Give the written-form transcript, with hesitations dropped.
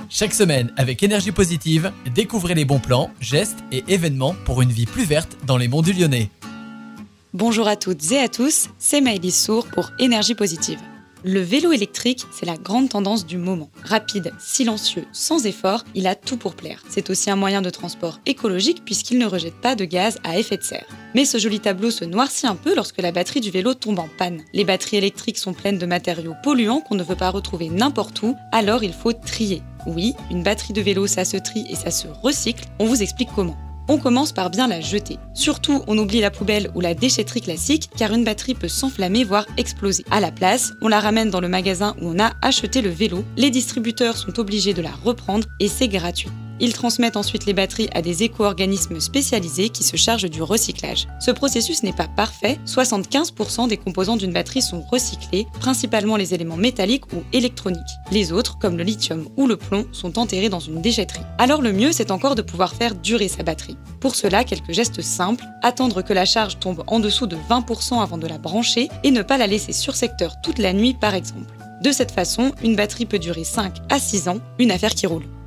Chaque semaine, avec Énergie Positive, découvrez les bons plans, gestes et événements pour une vie plus verte dans les monts du Lyonnais. Bonjour à toutes et à tous, c'est Maëlys Sour pour Énergie Positive. Le vélo électrique, c'est la grande tendance du moment. Rapide, silencieux, sans effort, il a tout pour plaire. C'est aussi un moyen de transport écologique puisqu'il ne rejette pas de gaz à effet de serre. Mais ce joli tableau se noircit un peu lorsque la batterie du vélo tombe en panne. Les batteries électriques sont pleines de matériaux polluants qu'on ne veut pas retrouver n'importe où, alors il faut trier. Oui, une batterie de vélo, ça se trie et ça se recycle, on vous explique comment. On commence par bien la jeter. Surtout, on oublie la poubelle ou la déchetterie classique car une batterie peut s'enflammer voire exploser. À la place, on la ramène dans le magasin où on a acheté le vélo. Les distributeurs sont obligés de la reprendre et c'est gratuit. Ils transmettent ensuite les batteries à des éco-organismes spécialisés qui se chargent du recyclage. Ce processus n'est pas parfait, 75% des composants d'une batterie sont recyclés, principalement les éléments métalliques ou électroniques. Les autres, comme le lithium ou le plomb, sont enterrés dans une déchetterie. Alors le mieux, c'est encore de pouvoir faire durer sa batterie. Pour cela, quelques gestes simples, attendre que la charge tombe en dessous de 20% avant de la brancher et ne pas la laisser sur secteur toute la nuit par exemple. De cette façon, une batterie peut durer 5 à 6 ans, une affaire qui roule.